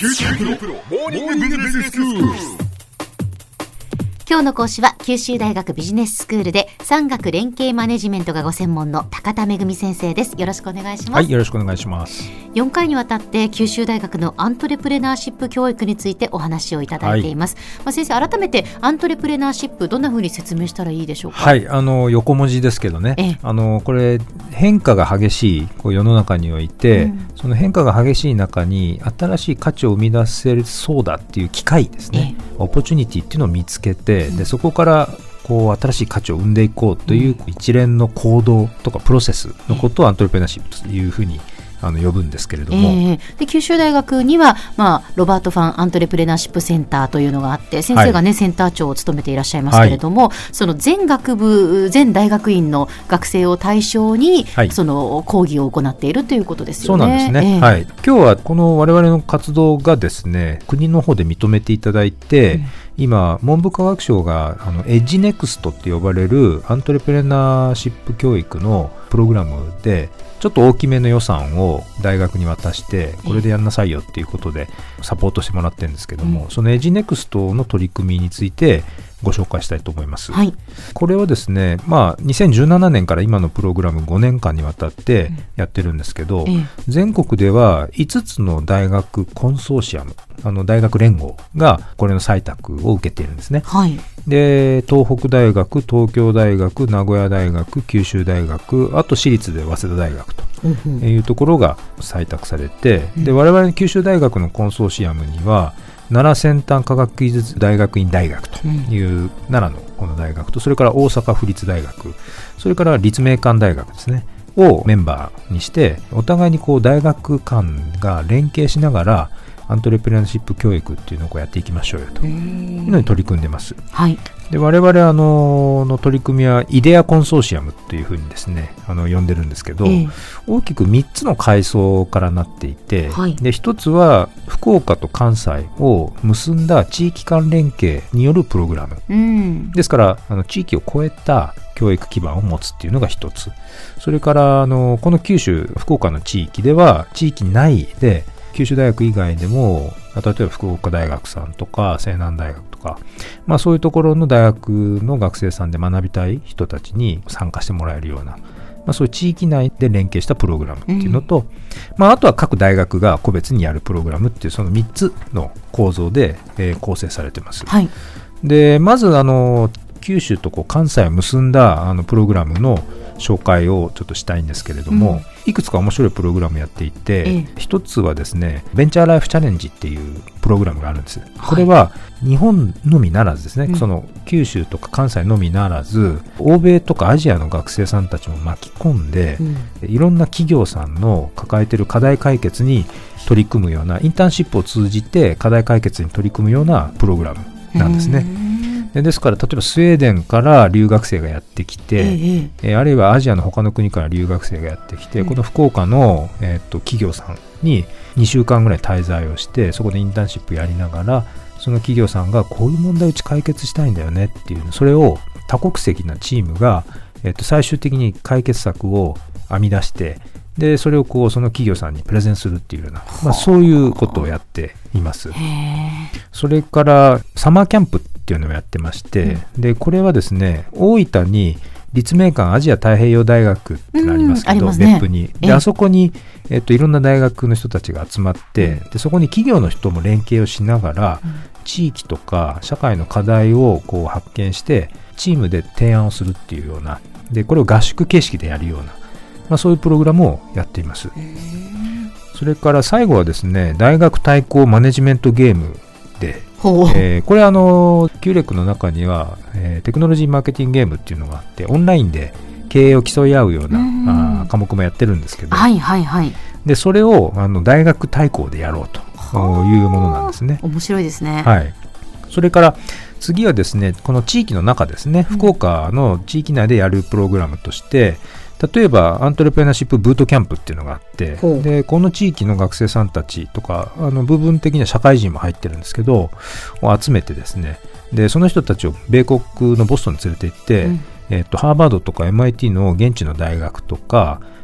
今日の講師は九州大学ビジネススクールで産学連携マネジメントがご専門の高田恵先生です。よろしくお願いします。 はい、よろしくお願いします。 4回にわたって九州大学のアントレプレナーシップ教育についてお話をいただいています。先生、改めてアントレプレナーシップどんなふうに説明したらいいでしょうか。 はい、横文字ですけどね、これ変化が激しい世の中において、その変化が激しい中に新しい価値を生み出せそうだっていう機会ですね、オポチュニティっていうのを見つけて、でそこから新しい価値を生んでいこうという一連の行動とかプロセスのことをアントレプレナーシップというふうに呼ぶんですけれども、 で九州大学には、ロバート・ファン・アントレプレナーシップセンターというのがあって、先生が、センター長を務めていらっしゃいますけれども、その全学部全大学院の学生を対象に、その講義を行っているということですよね。 そうなんですね、今日はこの我々の活動がですね、国の方で認めていただいて、今文部科学省がエッジネクストって呼ばれるアントレプレナーシップ教育のプログラムでちょっと大きめの予算を大学に渡して、これでやんなさいよっていうことでサポートしてもらってるんですけども、そのエッジネクストの取り組みについてご紹介したいと思います。これはですね、2017年から今のプログラム5年間にわたってやってるんですけど、全国では5つの大学コンソーシアム、大学連合がこれの採択を受けているんですね。で、東北大学、東京大学、名古屋大学、九州大学、あと私立で早稲田大学というところが採択されて、で我々の九州大学のコンソーシアムには奈良先端科学技術大学院大学という奈良のこの大学と、それから大阪府立大学、それから立命館大学ですねをメンバーにして、お互いに大学間が連携しながらアントレプレナーシップ教育っていうのをやっていきましょうよというのに取り組んでます。で我々の取り組みはイデアコンソーシアムというふうにですね呼んでるんですけど、大きく3つの階層からなっていて、で1つは福岡と関西を結んだ地域間連携によるプログラム、ですから地域を超えた教育基盤を持つっていうのが1つ。それからこの九州福岡の地域では地域内で九州大学以外でも、例えば福岡大学さんとか西南大学とか、そういうところの大学の学生さんで学びたい人たちに参加してもらえるような、そういう地域内で連携したプログラムっていうのと、あとは各大学が個別にやるプログラムっていう、その3つの構造で、構成されてます。でまず九州と関西を結んだプログラムの紹介をちょっとしたいんですけれども、いくつか面白いプログラムやっていて、一つはですね、ベンチャーライフチャレンジっていうプログラムがあるんです。これは日本のみならずですね、その九州とか関西のみならず、欧米とかアジアの学生さんたちも巻き込んで、いろんな企業さんの抱えている課題解決に取り組むような、インターンシップを通じて課題解決に取り組むようなプログラムなんですね。ですから例えばスウェーデンから留学生がやってきて、あるいはアジアの他の国から留学生がやってきて、この福岡の、企業さんに2週間ぐらい滞在をして、そこでインターンシップやりながら、その企業さんがこういう問題をうち解決したいんだよねっていう、それを多国籍なチームが、最終的に解決策を編み出して、でそれをその企業さんにプレゼンするっていうような、そういうことをやっています。それからサマーキャンプっていうのをやってまして、でこれはですね、大分に立命館アジア太平洋大学ってのありますけど、別府にで、あそこに、いろんな大学の人たちが集まって、でそこに企業の人も連携をしながら、地域とか社会の課題を発見してチームで提案をするっていうような、でこれを合宿形式でやるような、そういうプログラムをやっています。それから最後はですね、大学対抗マネジメントゲームで、これキューレックの中には、テクノロジーマーケティングゲームっていうのがあって、オンラインで経営を競い合うような科目もやってるんですけど、でそれを大学対抗でやろうというものなんですね。 面白いですね。 それから次はですね、この地域の中ですね、福岡の地域内でやるプログラムとして、例えばアントレプレナーシップブートキャンプっていうのがあって、でこの地域の学生さんたちとか部分的には社会人も入ってるんですけど、を集めてですね、でその人たちを米国のボストンに連れて行って、ハーバードとか MIT の現地の大学とか、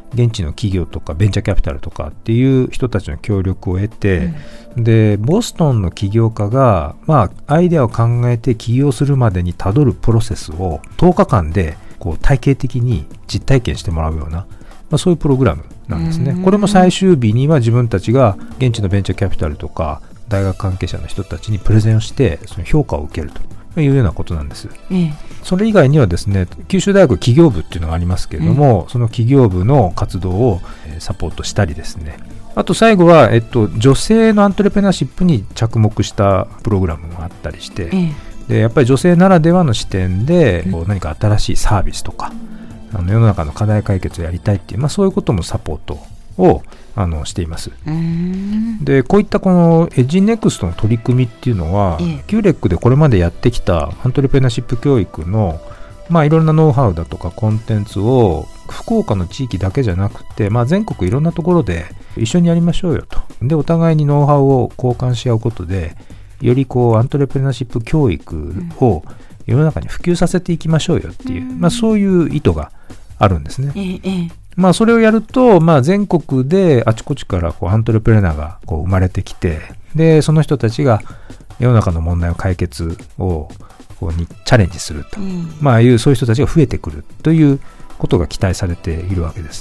現地の企業とかベンチャーキャピタルとかっていう人たちの協力を得て、でボストンの起業家が、アイデアを考えて起業するまでにたどるプロセスを10日間でこう体系的に実体験してもらうような、そういうプログラムなんですね。これも最終日には自分たちが現地のベンチャーキャピタルとか大学関係者の人たちにプレゼンをしてその評価を受けるというようなことなんです。それ以外にはですね、九州大学企業部っていうのがありますけれども、その企業部の活動をサポートしたりですね、あと最後は、女性のアントレプレナーシップに着目したプログラムがあったりして、でやっぱり女性ならではの視点で何か新しいサービスとか世の中の課題解決をやりたいっていう、そういうこともサポートをしています。でこういったこのエッジネクストの取り組みっていうのは、キューレックでこれまでやってきたアントレプレナーシップ教育の、いろんなノウハウだとかコンテンツを福岡の地域だけじゃなくて、全国いろんなところで一緒にやりましょうよと。でお互いにノウハウを交換し合うことで、よりアントレプレナーシップ教育を世の中に普及させていきましょうよっていう、そういう意図があるんですね。それをやると、全国であちこちからアントレプレナーが生まれてきて、でその人たちが世の中の問題を解決をにチャレンジすると、そういう人たちが増えてくるということが期待されているわけです。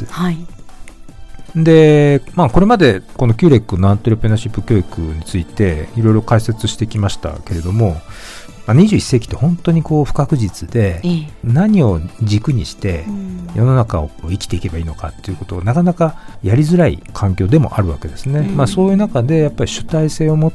で、これまでこのキューレックのアントレプレナーシップ教育についていろいろ解説してきましたけれども、21世紀って本当に不確実で、何を軸にして世の中を生きていけばいいのかっていうことをなかなかやりづらい環境でもあるわけですね。そういう中でやっぱり主体性を持って、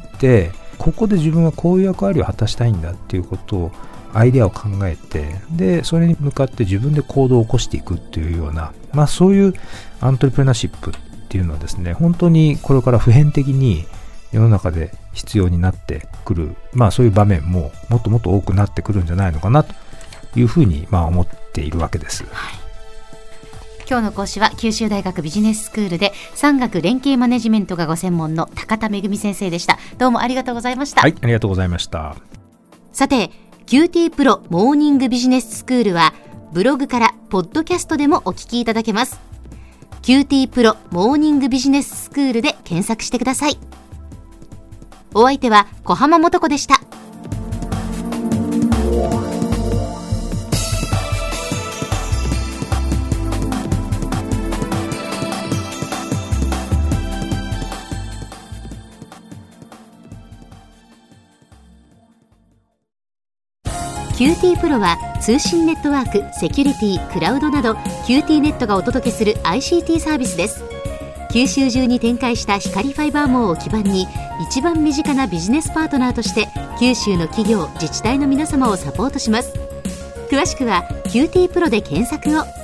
ここで自分はこういう役割を果たしたいんだっていうことをアイデアを考えて、でそれに向かって自分で行動を起こしていくっていうような、そういうアントレプレナーシップっていうのはですね、本当にこれから普遍的に世の中で必要になってくる、そういう場面ももっともっと多くなってくるんじゃないのかなというふうに思っているわけです。 今日の講師は九州大学ビジネススクールで産学連携マネジメントがご専門の高田恵先生でした。どうもありがとうございました。 はい、ありがとうございました。 さて、QT プロモーニングビジネススクールはブログからポッドキャストでもお聞きいただけます。QT プロモーニングビジネススクールで検索してください。お相手は小浜もとこでした。QT プロは通信ネットワーク、セキュリティ、クラウドなど QT ネットがお届けする ICT サービスです。九州中に展開した光ファイバー網を基盤に、一番身近なビジネスパートナーとして九州の企業、自治体の皆様をサポートします。詳しくは QT プロで検索を。